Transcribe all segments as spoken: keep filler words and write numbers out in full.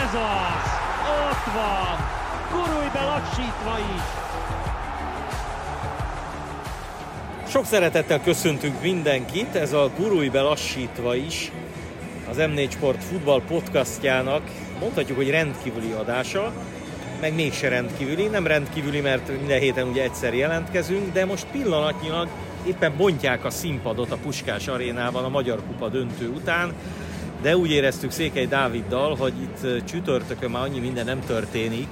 Ez az! Ott van! Gurulj be lassítva is! Sok szeretettel köszöntünk mindenkit, ez a Gurulj be lassítva is, az em négy Sport futball podcastjának, mondhatjuk, hogy rendkívüli adása, meg mégse rendkívüli, nem rendkívüli, mert minden héten ugye egyszer jelentkezünk, de most pillanatnyilag éppen bontják a színpadot a Puskás Arénában a Magyar Kupa döntő után, de úgy éreztük Székely Dáviddal, hogy itt csütörtökön már annyi minden nem történik,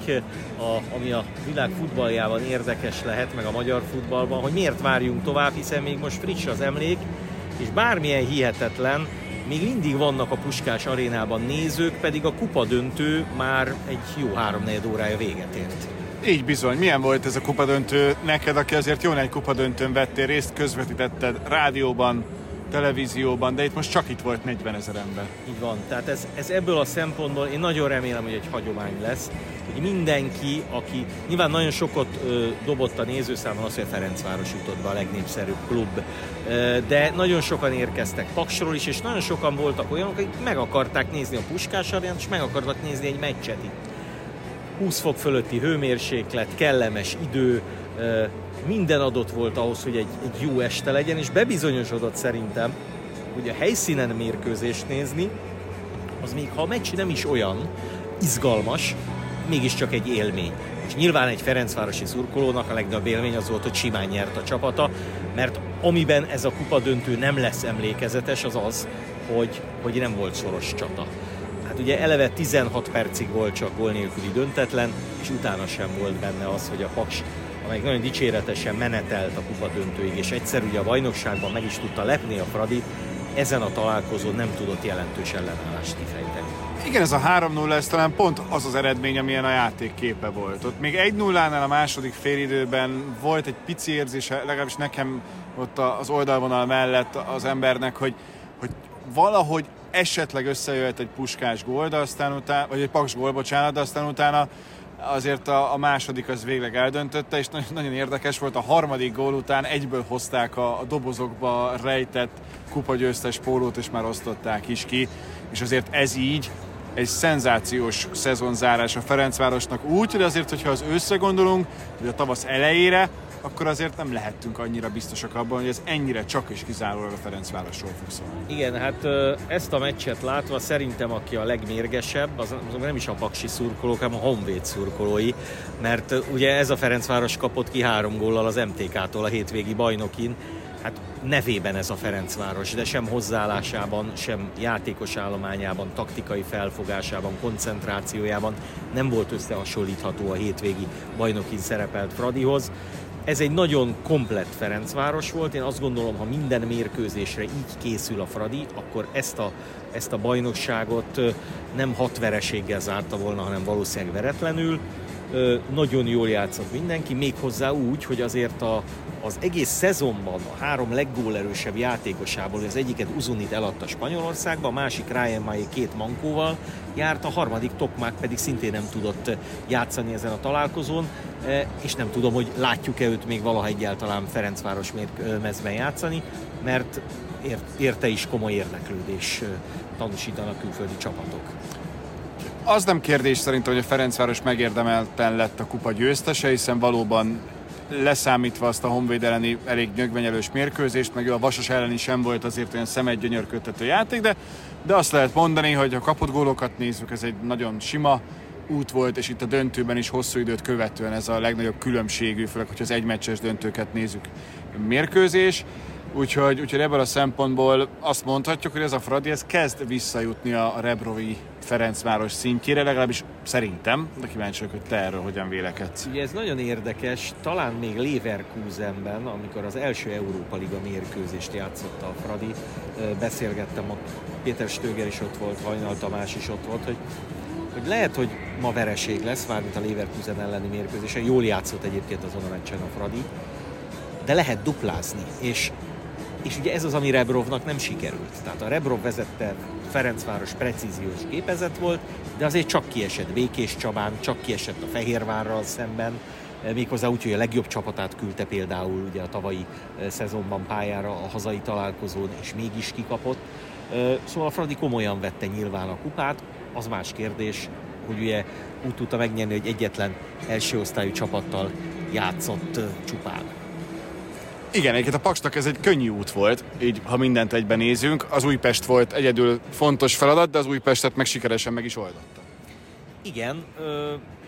a, ami a világ futballjában érdekes lehet, meg a magyar futballban, hogy miért várjunk tovább, hiszen még most friss az emlék, és bármilyen hihetetlen, még mindig vannak a Puskás Arénában nézők, pedig a kupa döntő már egy jó háromnegyed órája véget ért. Így bizony. Milyen volt ez a kupadöntő neked, aki azért jó nagy kupadöntőn vettél részt, közvetítetted rádióban, televízióban, de itt most csak itt volt negyvenezer ember. Így van. Tehát ez, ez ebből a szempontból én nagyon remélem, hogy egy hagyomány lesz, hogy mindenki, aki nyilván nagyon sokat ö, dobott a nézőszámon az, hogy a Ferencváros jutott be a legnépszerűbb klub, ö, de nagyon sokan érkeztek Paksról is, és nagyon sokan voltak olyanok, akik meg akarták nézni a Puskás Arénát, és meg akartak nézni egy meccset itt. húsz fok fölötti hőmérséklet, kellemes idő, ö, minden adott volt ahhoz, hogy egy, egy jó este legyen, és bebizonyosodott szerintem, hogy a helyszínen mérkőzést nézni, az még ha a meccs nem is olyan izgalmas, mégiscsak egy élmény. És nyilván egy ferencvárosi szurkolónak a legnagyobb élmény az volt, hogy simán nyert a csapata, mert amiben ez a kupadöntő nem lesz emlékezetes, az az, hogy, hogy nem volt szoros csata. Hát ugye eleve tizenhat percig volt csak gól nélküli döntetlen, és utána sem volt benne az, hogy a Paks, amelyik nagyon dicséretesen menetelt a kupa döntőig, és egyszer ugye a bajnokságban meg is tudta lepni a Fradi, ezen a találkozón nem tudott jelentős ellenállást kifejteni. Igen, ez a három nulla, ez talán pont az az eredmény, amilyen a játék képe volt. Ott még egy nullánál a második félidőben volt egy pici érzése, legalábbis nekem ott az oldalvonal mellett az embernek, hogy, hogy valahogy esetleg összejöhet egy Puskás gól, de aztán utána, vagy egy Paks gól, bocsánat, de aztán utána azért a, a második az végleg eldöntötte, és nagyon érdekes volt, a harmadik gól után egyből hozták a, a dobozokba rejtett kupagyőztes pólót, és már osztották is ki, és azért ez így egy szenzációs szezonzárás a Ferencvárosnak úgy, hogy azért, hogyha az őszre gondolunk, vagy a tavasz elejére, akkor azért nem lehettünk annyira biztosak abban, hogy ez ennyire csak és kizárólag a Ferencvárosról fog szólni. Igen, hát ezt a meccset látva szerintem, aki a legmérgesebb, az, az nem is a paksi szurkolók, hanem a Honvéd szurkolói, mert ugye ez a Ferencváros kapott ki három góllal az em té ká-tól a hétvégi bajnokin. Hát nevében ez a Ferencváros, de sem hozzáállásában, sem játékos állományában, taktikai felfogásában, koncentrációjában nem volt összehasonlítható a hétvégi bajnokin szerepelt Fradihoz. Ez egy nagyon komplett Ferencváros volt, én azt gondolom, ha minden mérkőzésre így készül a Fradi, akkor ezt a, ezt a bajnokságot nem hat vereséggel zárta volna, hanem valószínűleg veretlenül. Nagyon jól játszott mindenki, méghozzá úgy, hogy azért a, az egész szezonban a három leggólerősebb játékosából az egyiket Uzunit eladta Spanyolországba, a másik Ryan Mai két mankóval járt, a harmadik Tokmák pedig szintén nem tudott játszani ezen a találkozón, és nem tudom, hogy látjuk-e őt még valaha egyáltalán Ferencváros mezben játszani, mert érte is komoly érdeklődés tanúsítanak külföldi csapatok. Az nem kérdés szerintem, hogy a Ferencváros megérdemelten lett a kupa győztese, hiszen valóban leszámítva azt a Honvéd elleni elég nyögvenyelős mérkőzést, meg a Vasas elleni sem volt azért olyan szemet gyönyörködtető játék, de, de azt lehet mondani, hogy ha kapott gólokat nézzük, ez egy nagyon sima út volt, és itt a döntőben is hosszú időt követően ez a legnagyobb különbségű, főleg, hogyha az egymeccses döntőket nézzük, mérkőzés. Úgyhogy, úgyhogy ebből a szempontból azt mondhatjuk, hogy ez a Fradi ez kezd visszajutni a Rebrovi Ferencváros szintjére, legalábbis szerintem, de kíváncsi vagyok, hogy te erről hogyan vélekedsz. Ugye ez nagyon érdekes, talán még Leverkusenben, amikor az első Európa Liga mérkőzést játszott a Fradi, beszélgettem, ott Péter Stöger is ott volt, Hajnal Tamás is ott volt, hogy, hogy lehet, hogy ma vereség lesz, mármint a Leverkusen elleni mérkőzésen, jól játszott egyébként azon a meccsen a Fradi, de lehet duplázni, és És ugye ez az, ami Rebrovnak nem sikerült. Tehát a Rebrov vezette Ferencváros precíziós gépezet volt, de azért csak kiesett Békés Csabán, csak kiesett a Fehérvárral szemben, méghozzá úgy, hogy a legjobb csapatát küldte például ugye a tavalyi szezonban pályára a hazai találkozón, és mégis kikapott. Szóval a Fradi komolyan vette nyilván a kupát, az más kérdés, hogy ugye úgy tudta megnyerni, hogy egyetlen első osztályú csapattal játszott csupán. Igen, egyébként a Paksnak ez egy könnyű út volt, így ha mindent egyben nézünk. Az Újpest volt egyedül fontos feladat, de az Újpestet meg sikeresen meg is oldotta. Igen, ö,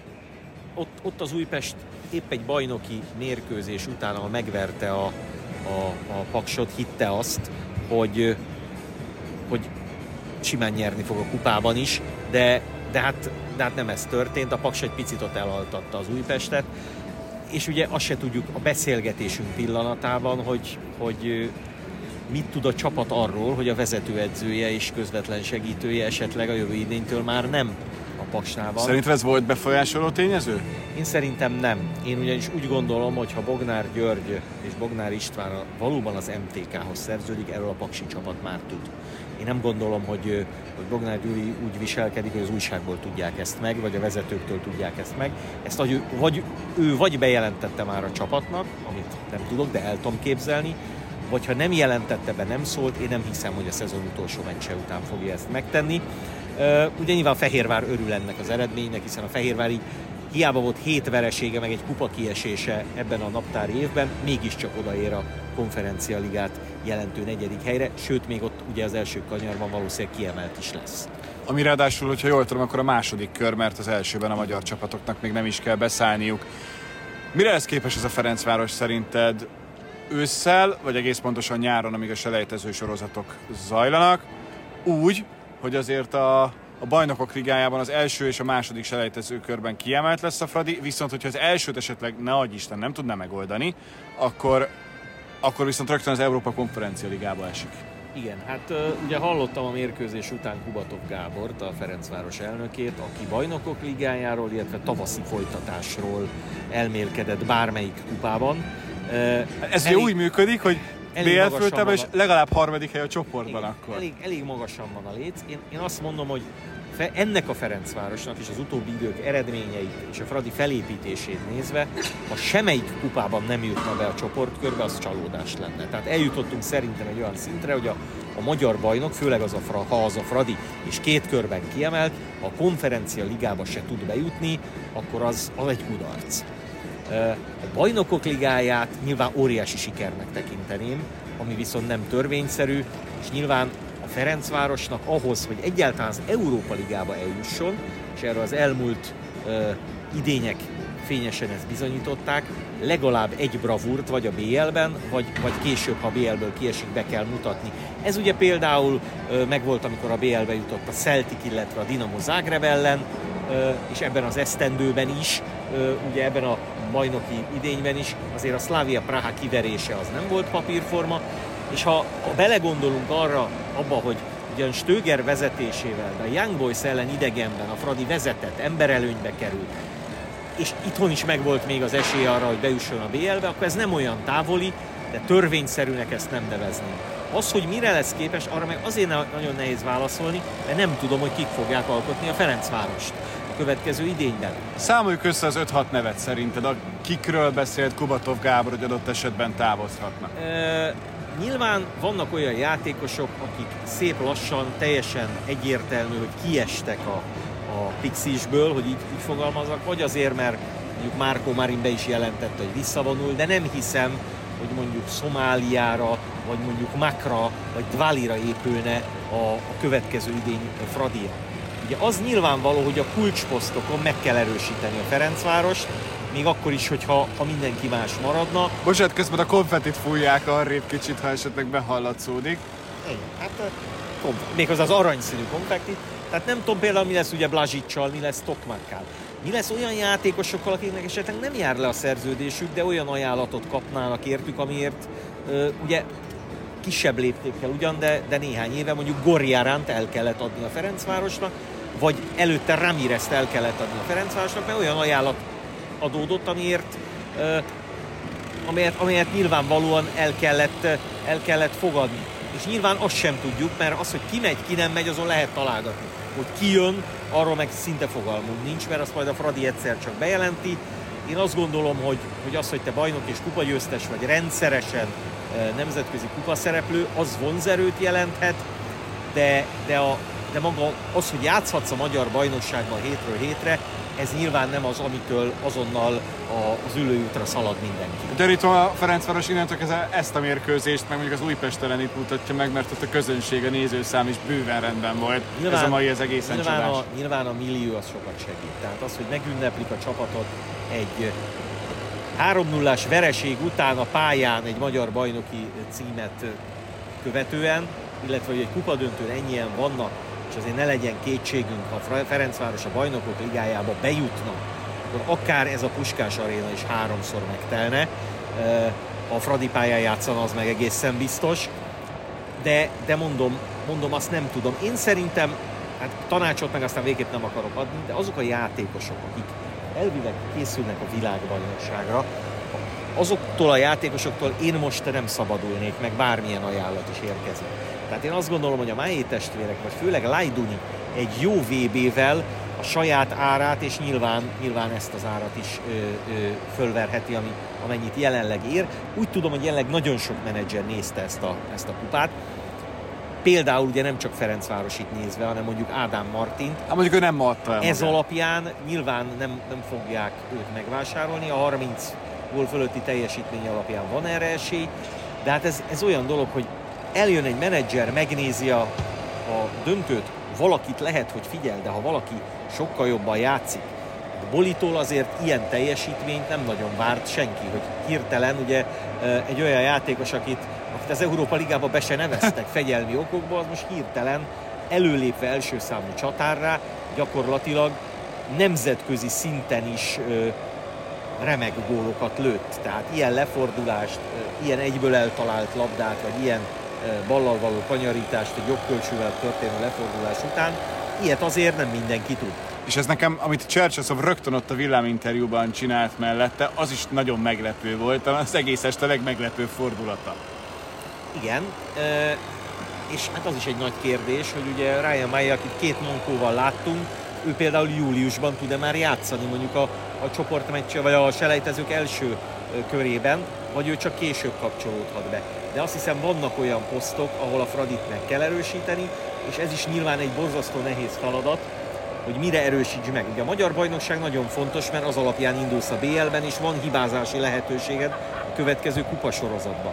ott, ott az Újpest épp egy bajnoki mérkőzés után, ahol megverte a, a, a Paksot, hitte azt, hogy, hogy simán nyerni fog a kupában is, de, de, hát, de hát nem ez történt. A Paks egy picit ott elaltatta az Újpestet, és ugye azt se tudjuk a beszélgetésünk pillanatában, hogy, hogy mit tud a csapat arról, hogy a vezetőedzője és közvetlen segítője esetleg a jövő idénytől már nem a Paksnál van. Szerinted ez volt befolyásoló tényező? Én szerintem nem. Én ugyanis úgy gondolom, hogy ha Bognár György és Bognár István valóban az em té ká-hoz szerződik, erről a paksi csapat már tud. Én nem gondolom, hogy, hogy Bognár Gyuri úgy viselkedik, hogy az újságból tudják ezt meg, vagy a vezetőktől tudják ezt meg. Ezt vagy, vagy ő vagy bejelentette már a csapatnak, amit nem tudok, de el tudom képzelni, vagy ha nem jelentette be, nem szólt, én nem hiszem, hogy a szezon utolsó meccse után fogja ezt megtenni. Ugye nyilván Fehérvár örül ennek az eredménynek, hiszen a Fehérvári hiába volt hét veresége, meg egy kupa kiesése ebben a naptári évben, mégiscsak odaér a konferencialigát jelentő negyedik helyre, sőt még ott ugye az első kanyarban valószínűleg kiemelt is lesz. Ami ráadásul, hogyha jól tudom, akkor a második kör, mert az elsőben a magyar csapatoknak még nem is kell beszállniuk. Mire lesz képes ez a Ferencváros szerinted ősszel, vagy egész pontosan nyáron, amíg a selejtező sorozatok zajlanak, úgy, hogy azért a, a Bajnokok Ligájában az első és a második selejtező körben kiemelt lesz a Fradi, viszont hogyha az elsőt esetleg ne adj Isten nem tudná megoldani, akkor, akkor viszont rögtön az Európa Konferencia Ligába esik. Igen, hát ugye hallottam a mérkőzés után Kubatov Gábort, a Ferencváros elnökét, aki Bajnokok Ligájáról, illetve tavaszi folytatásról elmélkedett bármelyik kupában. Ez ugye úgy működik, hogy bé el föltában és legalább harmadik hely a csoportban. Igen, akkor. Elég, elég magasan van a léc. Én, én azt mondom, hogy fe, ennek a Ferencvárosnak és az utóbbi idők eredményeit és a Fradi felépítését nézve, ha semmelyik kupában nem jutna be a csoportkörbe, az csalódás lenne. Tehát eljutottunk szerintem egy olyan szintre, hogy a, a magyar bajnok, főleg az a, ha az a Fradi és két körben kiemelt, ha a konferencia ligába se tud bejutni, akkor az, az egy kudarc. A Bajnokok Ligáját nyilván óriási sikernek tekinteném, ami viszont nem törvényszerű, és nyilván a Ferencvárosnak ahhoz, hogy egyáltalán az Európa Ligába eljusson, és erről az elmúlt uh, idények fényesen ezt bizonyították, legalább egy bravúrt vagy a bé el-ben, vagy, vagy később, ha bé el-ből kiesik, be kell mutatni. Ez ugye például uh, megvolt, amikor a bé el-be jutott a Celtic, illetve a Dinamo Zágráb ellen, uh, és ebben az esztendőben is, uh, ugye ebben a bajnoki idényben is, azért a Slavia Praha kiverése az nem volt papírforma, és ha, ha belegondolunk arra, abba, hogy ugyan Stöger vezetésével, de a Young Boys ellen idegenben a Fradi vezetett, emberelőnybe került, és itthon is megvolt még az esély arra, hogy bejusson a bé el-be, akkor ez nem olyan távoli, de törvényszerűnek ezt nem nevezném. Az, hogy mire lesz képes, arra meg azért nagyon nehéz válaszolni, mert nem tudom, hogy kik fogják alkotni a Ferencvárost a következő idényben. Számoljuk össze az öt-hat nevet szerinted, akikről beszélt Kubatov Gábor, hogy adott esetben távozhatnak. E, nyilván vannak olyan játékosok, akik szép lassan, teljesen egyértelmű, hogy kiestek a, a Pixisből, hogy így, így fogalmazok, vagy azért, mert mondjuk Márko Marin be is jelentette, hogy visszavonul, de nem hiszem, hogy mondjuk Szomáliára, vagy mondjuk Makra, vagy Dvalira épülne a, a következő idény Fradia. Ugye az nyilvánvaló, hogy a kulcsposztokon meg kell erősíteni a Ferencvárost, még akkor is, hogyha ha mindenki más maradna. Bocsánat, közben a konfettit fújják arrébb kicsit, ha esetleg behallatszódik. Igen, hát méghozzá az aranyszínű konfettit. Tehát nem tudom például, mi lesz ugye Blazsicsal, mi lesz Tokmakkal. Mi lesz olyan játékosokkal, akiknek esetleg nem jár le a szerződésük, de olyan ajánlatot kapnának értük, amiért uh, ugye kisebb léptékkel ugyan, de, de néhány éve mondjuk Gorjáránt el kellett adni a Ferencvárosnak, vagy előtte Ramirezt el kellett adni a Ferencvárosnak, mert olyan ajánlat adódott, amiért, uh, amelyet, amelyet nyilvánvalóan el kellett, el kellett fogadni. És nyilván azt sem tudjuk, mert az, hogy ki megy, ki nem megy, azon lehet találgatni. Hogy ki jön, arról meg szinte fogalmunk nincs, mert azt majd a Fradi egyszer csak bejelenti. Én azt gondolom, hogy, hogy az, hogy te bajnok és kupagyőztes vagy rendszeresen nemzetközi kupaszereplő, az vonzerőt jelenthet, de, de, a, de maga az, hogy játszhatsz a magyar bajnokságban hétről hétre, ez nyilván nem az, amitől azonnal az ülőútra szalad mindenki. Gyanítom, a Ferencváros innentől kezdve ezt a mérkőzést, meg mondjuk az Újpest ellenit mutatja meg, mert ott a közönség, a nézőszám is bőven rendben volt. Nyilván, ez a mai ez egészen nyilván csodás. A, nyilván a millió az sokat segít. Tehát az, hogy megünneplik a csapatot egy három nullás vereség után a pályán egy magyar bajnoki címet követően, illetve hogy egy kupadöntőn ennyien vannak, és azért ne legyen kétségünk, ha Ferencváros a Bajnokok Ligájába bejutna, akkor akár ez a Puskás Aréna is háromszor megtelne. Ha a Fradi pályán játszana, az meg egészen biztos. De, de mondom, mondom, azt nem tudom. Én szerintem, hát tanácsot meg aztán végképp nem akarok adni, de azok a játékosok, akik elvileg készülnek a világbajnokságra, azoktól a játékosoktól én most nem szabadulnék, meg bármilyen ajánlat is érkezik. Tehát én azt gondolom, hogy a Májé testvérek, vagy főleg Lajduni egy jó vé bével a saját árát, és nyilván, nyilván ezt az árat is ö, ö, fölverheti, ami, amennyit jelenleg ér. Úgy tudom, hogy jelenleg nagyon sok menedzser nézte ezt a, ezt a kupát. Például ugye nem csak Ferencvárosit nézve, hanem mondjuk Ádám Martint. Hát mondjuk ő nem adta el Ez magát. Alapján nyilván nem, nem fogják őt megvásárolni. A harminc gól fölötti teljesítmény alapján van erre esély. De hát ez, ez olyan dolog, hogy eljön egy menedzser, megnézi a, a döntőt, valakit lehet, hogy figyel, de ha valaki sokkal jobban játszik, Bolitól azért ilyen teljesítményt nem nagyon várt senki, hogy hirtelen ugye egy olyan játékos, akit, akit az Európa Ligába be se neveztek fegyelmi okokból, az most hirtelen előlépve első számú csatárrá gyakorlatilag nemzetközi szinten is remek gólokat lőtt. Tehát ilyen lefordulást, ilyen egyből eltalált labdát, vagy ilyen ballal való kanyarítást, egy jobbkölcsővel történő lefordulás után, ilyet azért nem mindenki tud. És ez nekem, amit Csercseszov rögtön ott a villáminterjúban csinált mellette, az is nagyon meglepő volt, az egész este legmeglepőbb fordulata. Igen, és hát az is egy nagy kérdés, hogy ugye Ryan Májé, akit két Monkóval láttunk, ő például júliusban tud-e már játszani mondjuk a, a csoportmeccs, vagy a selejtezők első körében, vagy ő csak később kapcsolódhat be. De azt hiszem, vannak olyan posztok, ahol a Fradit meg kell erősíteni, és ez is nyilván egy borzasztó nehéz feladat, hogy mire erősíts meg. Ugye a magyar bajnokság nagyon fontos, mert az alapján indulsz a bé el-ben, és van hibázási lehetőséged a következő kupasorozatban.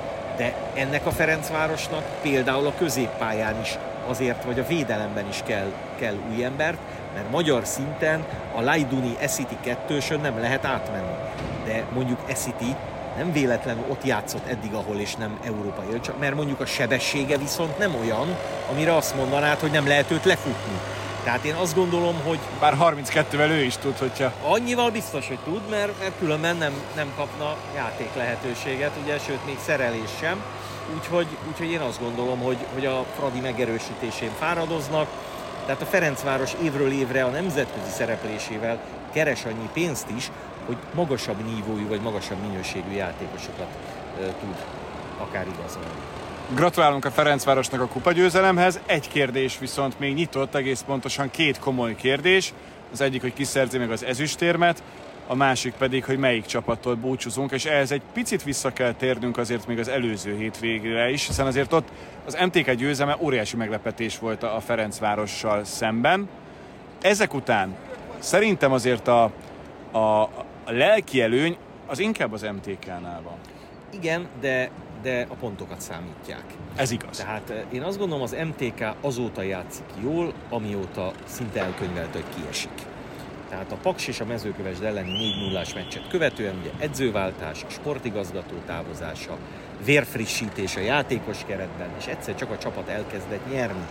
De ennek a Ferencvárosnak például a középpályán is azért, vagy a védelemben is kell, kell új embert, mert magyar szinten a Lajduni Esziti kettősön nem lehet átmenni. De mondjuk Esziti nem véletlenül ott játszott eddig, ahol és nem európai, mert mondjuk a sebessége viszont nem olyan, amire azt mondanád, hogy nem lehet őt lefutni. Tehát én azt gondolom, hogy... Bár harminckettővel ő is tud, hogyha... Annyival biztos, hogy tud, mert, mert különben nem, nem kapna játék lehetőséget, ugye, sőt még szerelés sem. Úgyhogy, úgyhogy én azt gondolom, hogy, hogy a Fradi megerősítésén fáradoznak. Tehát a Ferencváros évről évre a nemzetközi szereplésével keres annyi pénzt is, hogy magasabb nívójú vagy magasabb minőségű játékosokat e, tud akár igazolni. Gratulálunk a Ferencvárosnak a kupagyőzelemhez. Egy kérdés viszont még nyitott, egész pontosan két komoly kérdés. Az egyik, hogy ki szerzi meg az ezüstérmet, a másik pedig, hogy melyik csapattól búcsúzunk, és ehhez egy picit vissza kell térnünk azért még az előző hétvégére is, hiszen azért ott az em té ká győzelme óriási meglepetés volt a Ferencvárossal szemben. Ezek után szerintem azért a, a, a lelki előny az inkább az em té ká-nál van. Igen, de, de a pontokat számítják. Ez igaz. Tehát én azt gondolom, az em té ká azóta játszik jól, amióta szinte elkönyvelt, hogy kiesik. Tehát a Paks és a Mezőkövesd elleni négy nullás meccset követően ugye edzőváltás, a sportigazgató távozása, vérfrissítés a játékos keretben, és egyszer csak a csapat elkezdett nyerni.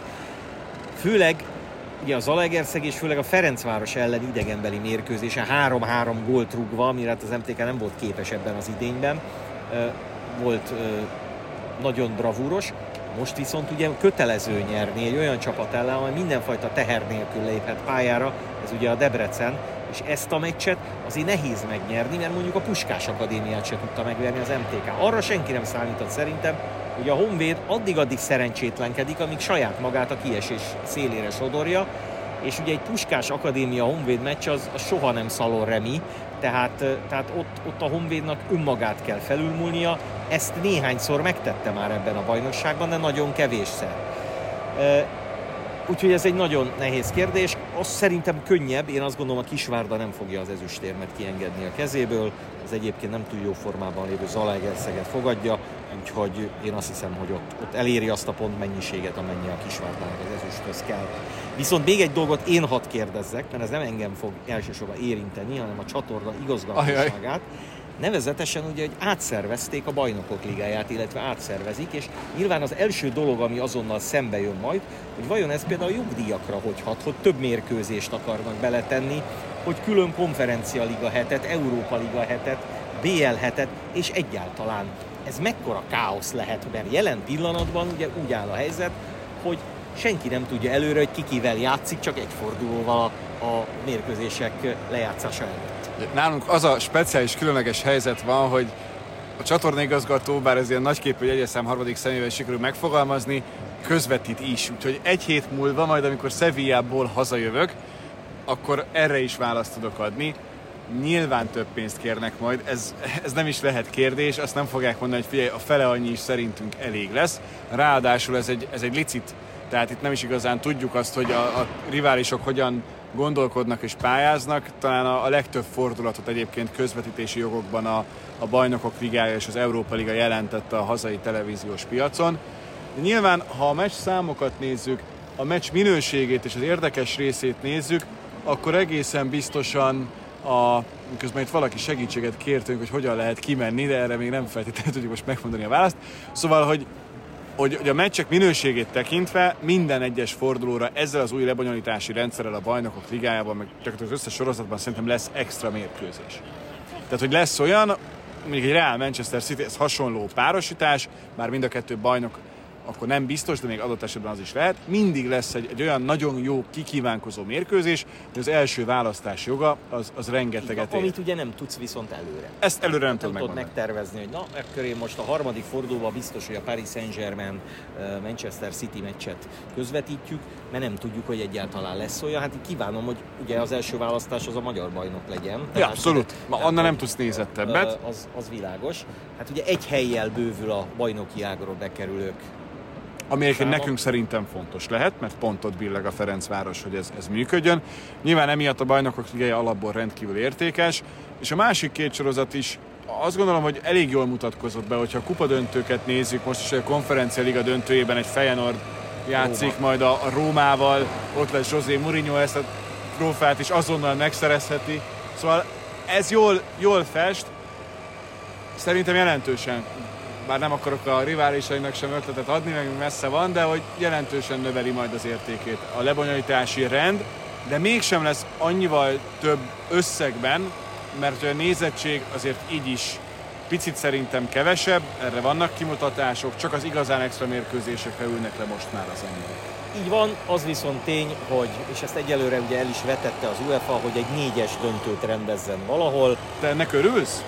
Főleg ugye a Zalaegerszeg és főleg a Ferencváros ellen idegenbeli mérkőzése három-három gólt rúgva, amire hát az em té ká nem volt képes ebben az idényben, volt nagyon bravúros. Most viszont ugye kötelező nyerni egy olyan csapat ellen, amely mindenfajta teher nélkül léphet pályára, ez ugye a Debrecen, és ezt a meccset azért nehéz megnyerni, mert mondjuk a Puskás Akadémiát se tudta megverni az em té ká. Arra senki nem számított szerintem, hogy a Honvéd addig-addig szerencsétlenkedik, amíg saját magát a kiesés szélére sodorja, és ugye egy Puskás Akadémia Honvéd meccs az, az soha nem szalon remi, tehát, tehát ott, ott a Honvédnak önmagát kell felülmúlnia, ezt néhányszor megtette már ebben a bajnokságban, de nagyon kevésszer. Úgyhogy ez egy nagyon nehéz kérdés. Az szerintem könnyebb, én azt gondolom, a Kisvárda nem fogja az ezüstérmet kiengedni a kezéből. Ez egyébként nem túl jó formában lévő Zalaegerszeget fogadja, úgyhogy én azt hiszem, hogy ott, ott eléri azt a pontmennyiséget, amennyi a Kisvárdának az ezüsthöz kell. Viszont még egy dolgot én hadd kérdezzek, mert ez nem engem fog elsősorban érinteni, hanem a csatorna igazgatóságát. Nevezetesen ugye, hogy átszervezték a Bajnokok Ligáját, illetve átszervezik, és nyilván az első dolog, ami azonnal szembe jön majd, hogy vajon ez például a jogdíjakra hogy hat, hogy több mérkőzést akarnak beletenni, hogy külön konferencialiga hetet, Európa Liga hetet, bé el hetet, és egyáltalán ez mekkora káosz lehet, mert jelen pillanatban ugye úgy áll a helyzet, hogy senki nem tudja előre, hogy ki kivel játszik, csak egy fordulóval a, a mérkőzések lejátszása előtt. Nálunk az a speciális, különleges helyzet van, hogy a csatornaigazgató, bár ez ilyen nagyképű, hogy egyes szám harmadik személyvel sikerül megfogalmazni, közvetít is. Úgyhogy egy hét múlva, majd amikor Sevillából hazajövök, akkor erre is választ tudok adni. Nyilván több pénzt kérnek majd, ez, ez nem is lehet kérdés, azt nem fogják mondani, hogy figyelj, a fele annyi is szerintünk elég lesz. Ráadásul ez egy, ez egy licit, tehát itt nem is igazán tudjuk azt, hogy a, a riválisok hogyan gondolkodnak és pályáznak. Talán a, a legtöbb fordulatot egyébként közvetítési jogokban a, a Bajnokok Ligája és az Európa Liga jelentette a hazai televíziós piacon. De nyilván, ha a meccs számokat nézzük, a meccs minőségét és az érdekes részét nézzük, akkor egészen biztosan a, közben itt valaki segítséget kértünk, hogy hogyan lehet kimenni, de erre még nem feltétlenül tudjuk most megmondani a választ. Szóval, hogy Hogy, hogy a meccsek minőségét tekintve minden egyes fordulóra ezzel az új lebonyolítási rendszerrel a Bajnokok Ligájában, meg csak az összes sorozatban szerintem lesz extra mérkőzés. Tehát, hogy lesz olyan, mondjuk egy Real Manchester City, ez hasonló párosítás, bár mind a kettő bajnok akkor nem biztos, de még adott esetben az is lehet. Mindig lesz egy, egy olyan nagyon jó, kikívánkozó mérkőzés, hogy az első választás joga az, az rengeteget ér. Amit ugye nem tudsz viszont előre. Ezt előre nem, nem tudod tudod megtervezni, hogy na, akkor én most a harmadik fordulóban biztos, hogy a Paris Saint-Germain Manchester City meccset közvetítjük, mert nem tudjuk, hogy egyáltalán lesz olyan. Hát így kívánom, hogy ugye az első választás az a magyar bajnok legyen. Ja, abszolút. Ma annál nem tudsz nézettebbet. Az, az világos. Hát ugye egy hellyel bővül a bajnoki ágról bekerülők. Ami egyébként nekünk szerintem fontos lehet, mert pont ott billeg a Ferencváros, hogy ez, ez működjön. Nyilván emiatt a Bajnokok Ligája alapból rendkívül értékes, és a másik két sorozat is azt gondolom, hogy elég jól mutatkozott be, hogyha a kupadöntőket nézzük, most is a Konferencia Liga döntőjében egy Feyenoord játszik Róma. Majd a, a Rómával, ott lesz José Mourinho, ezt a trófeát is azonnal megszerezheti. Szóval ez jól, jól fest, szerintem jelentősen, bár nem akarok a riválisainak sem ötletet adni, meg messze van, de hogy jelentősen növeli majd az értékét a lebonyolítási rend, de mégsem lesz annyival több összegben, mert a nézettség azért így is picit szerintem kevesebb, erre vannak kimutatások, csak az igazán extra mérkőzésekre ülnek le most már az emberek. Így van, az viszont tény, hogy, és ezt egyelőre ugye el is vetette az UEFA, hogy egy négyes döntőt rendezzen valahol. Te ennek örülsz?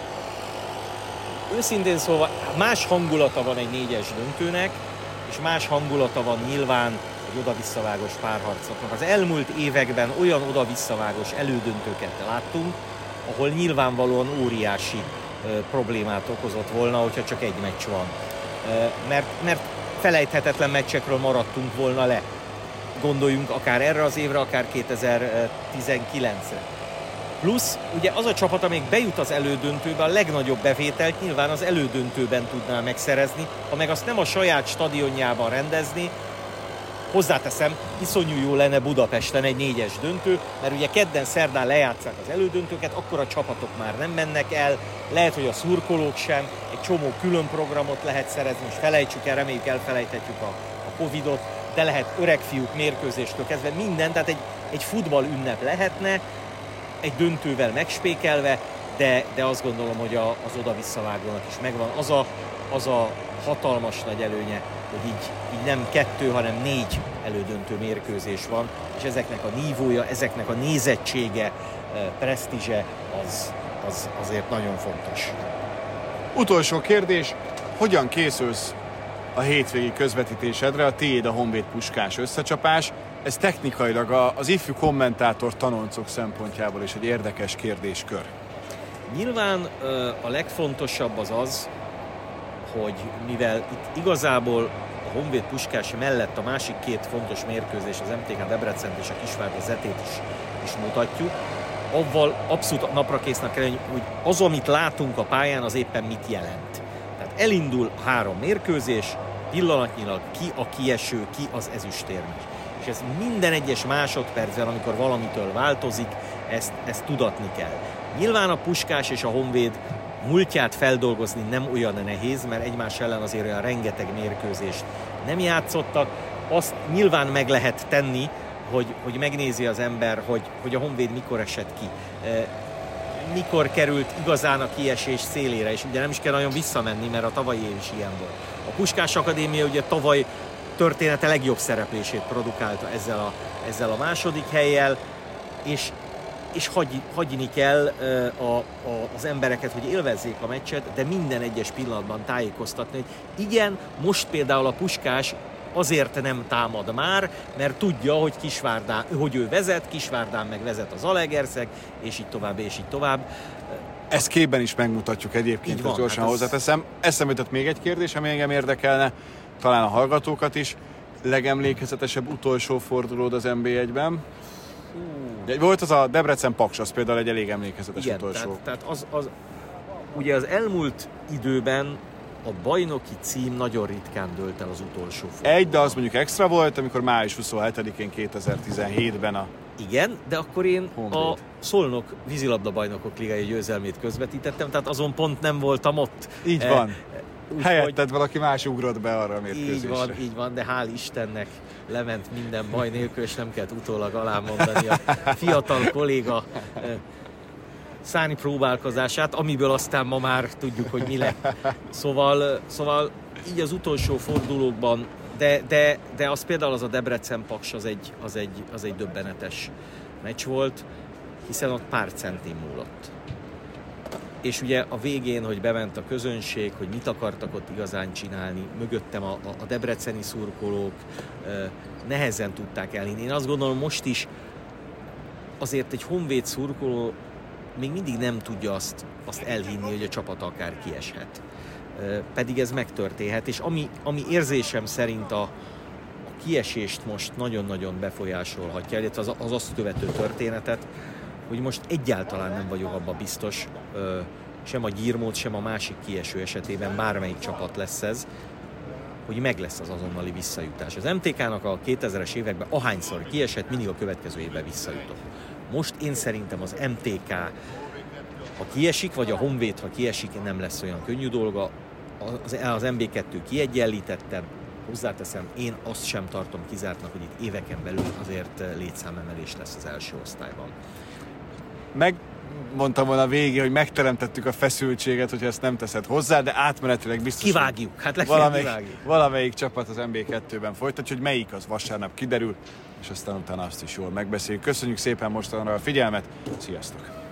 Őszintén szóval más hangulata van egy négyes döntőnek, és más hangulata van nyilván egy oda-visszavágos párharcoknak. Az elmúlt években olyan oda-visszavágos elődöntőket láttunk, ahol nyilvánvalóan óriási e, problémát okozott volna, hogyha csak egy meccs van. E, mert, mert felejthetetlen meccsekről maradtunk volna le. Gondoljunk akár erre az évre, akár kétezer-tizenkilencre. Plusz ugye az a csapat, amelyik bejut az elődöntőbe, a legnagyobb bevételt nyilván az elődöntőben tudná megszerezni, ha meg azt nem a saját stadionjában rendezni. Hozzáteszem, iszonyú jó lenne Budapesten egy négyes döntő, mert ugye kedden, szerdán lejátszák az elődöntőket, akkor a csapatok már nem mennek el, lehet, hogy a szurkolók sem, egy csomó külön programot lehet szerezni, most felejtsük el, reméljük elfelejthetjük a, a Covidot, de lehet öreg fiúk mérkőzéstől kezdve minden, tehát egy, egy futball ünnep lehetne, egy döntővel megspékelve, de, de azt gondolom, hogy a, az oda-visszavágónak is megvan az a, az a hatalmas nagy előnye, hogy így, így nem kettő, hanem négy elődöntő mérkőzés van, és ezeknek a nívója, ezeknek a nézettsége, presztízse az, az azért nagyon fontos. Utolsó kérdés, hogyan készülsz a hétvégi közvetítésedre, a tiéd a Honvéd Puskás összecsapás? Ez technikailag az ifjú kommentátor tanoncok szempontjából is egy érdekes kérdéskör. Nyilván a legfontosabb az az, hogy mivel itt igazából a Honvéd Puskás mellett a másik két fontos mérkőzés, az em té ká Debrecent és a Kisvárda Zetét is, is mutatjuk, avval abszolút naprakésznek kell, hogy az, amit látunk a pályán, az éppen mit jelent. Tehát elindul a három mérkőzés, pillanatnyilag ki a kieső, ki az ezüstérmes. És ez minden egyes másodpercben, amikor valamitől változik, ezt, ezt tudatni kell. Nyilván a Puskás és a Honvéd múltját feldolgozni nem olyan nehéz, mert egymás ellen azért olyan rengeteg mérkőzést nem játszottak. Azt nyilván meg lehet tenni, hogy, hogy megnézi az ember, hogy, hogy a Honvéd mikor esett ki. Mikor került igazán a kiesés szélére, és ugye nem is kell nagyon visszamenni, mert a tavalyi év is ilyen volt. A Puskás Akadémia ugye tavaly története legjobb szereplését produkálta ezzel a, ezzel a második hellyel, és, és hagy, hagyni kell a, a, az embereket, hogy élvezzék a meccset, de minden egyes pillanatban tájékoztatni, hogy igen, most például a Puskás azért nem támad már, mert tudja, hogy Kisvárdán, hogy ő vezet, Kisvárdán meg vezet az Zalaegerszeg, és így tovább, és így tovább. Ezt képben is megmutatjuk egyébként, hogy gyorsan hát hozzáteszem. Eszembe jutott még egy kérdés, ami engem érdekelne, talán a hallgatókat is. Legemlékezetesebb utolsó fordulód az en bé egyben? Uh. Volt az a Debrecen-Paks, az például egy elég emlékezetes igen, utolsó. Tehát, tehát az, az, ugye az elmúlt időben a bajnoki cím nagyon ritkán dőlt el az utolsó fordulóban. Egy, de az mondjuk extra volt, amikor május huszonhetedikén kétezer-tizenhétben a... Igen, de akkor én Honvéd. A Szolnok vízilabda bajnokok ligai győzelmét közvetítettem, tehát azon pont nem voltam ott. Így e, van. Úgy, helyetted hogy... valaki más ugrott be arra a mérkőzésre. Így van, így van, de hál' Istennek lement minden baj nélkül, és nem kellett utólag alámondani a fiatal kolléga száni próbálkozását, amiből aztán ma már tudjuk, hogy mi lett. Szóval, szóval így az utolsó fordulókban, de, de, de az például az a Debrecen-Paks az egy, az, egy, az egy döbbenetes meccs volt, hiszen ott pár centim múlott. És ugye a végén, hogy bement a közönség, hogy mit akartak ott igazán csinálni, mögöttem a, a debreceni szurkolók nehezen tudták elhinni. Én azt gondolom, most is azért egy Honvéd szurkoló még mindig nem tudja azt, azt elhinni, hogy a csapat akár kieshet. Pedig ez megtörténhet, és ami, ami érzésem szerint a, a kiesést most nagyon-nagyon befolyásolhatja, illetve az, az azt követő történetet, hogy most egyáltalán nem vagyok abban biztos, sem a Gyirmót, sem a másik kieső esetében, bármelyik csapat lesz ez, hogy meg lesz az azonnali visszajutás. Az em té ká-nak a kétezres években ahányszor kiesett, mindig a következő évben visszajutott. Most én szerintem az em té ká, ha kiesik, vagy a Honvéd, ha kiesik, nem lesz olyan könnyű dolga. Az, az em bé kettő kiegyenlítettem, hozzáteszem, én azt sem tartom kizártnak, hogy itt éveken belül azért létszámemelés lesz az első osztályban. Megmondtam volna a végén, hogy megteremtettük a feszültséget, hogyha ezt nem teszed hozzá, de átmenetileg biztos, kivágjuk, hát legfeljebb valamelyik, kivágjuk. valamelyik csapat az em bé kettőben folytatja, hogy melyik az vasárnap kiderül, és aztán utána azt is jól megbeszéljük. Köszönjük szépen mostanra a figyelmet, sziasztok!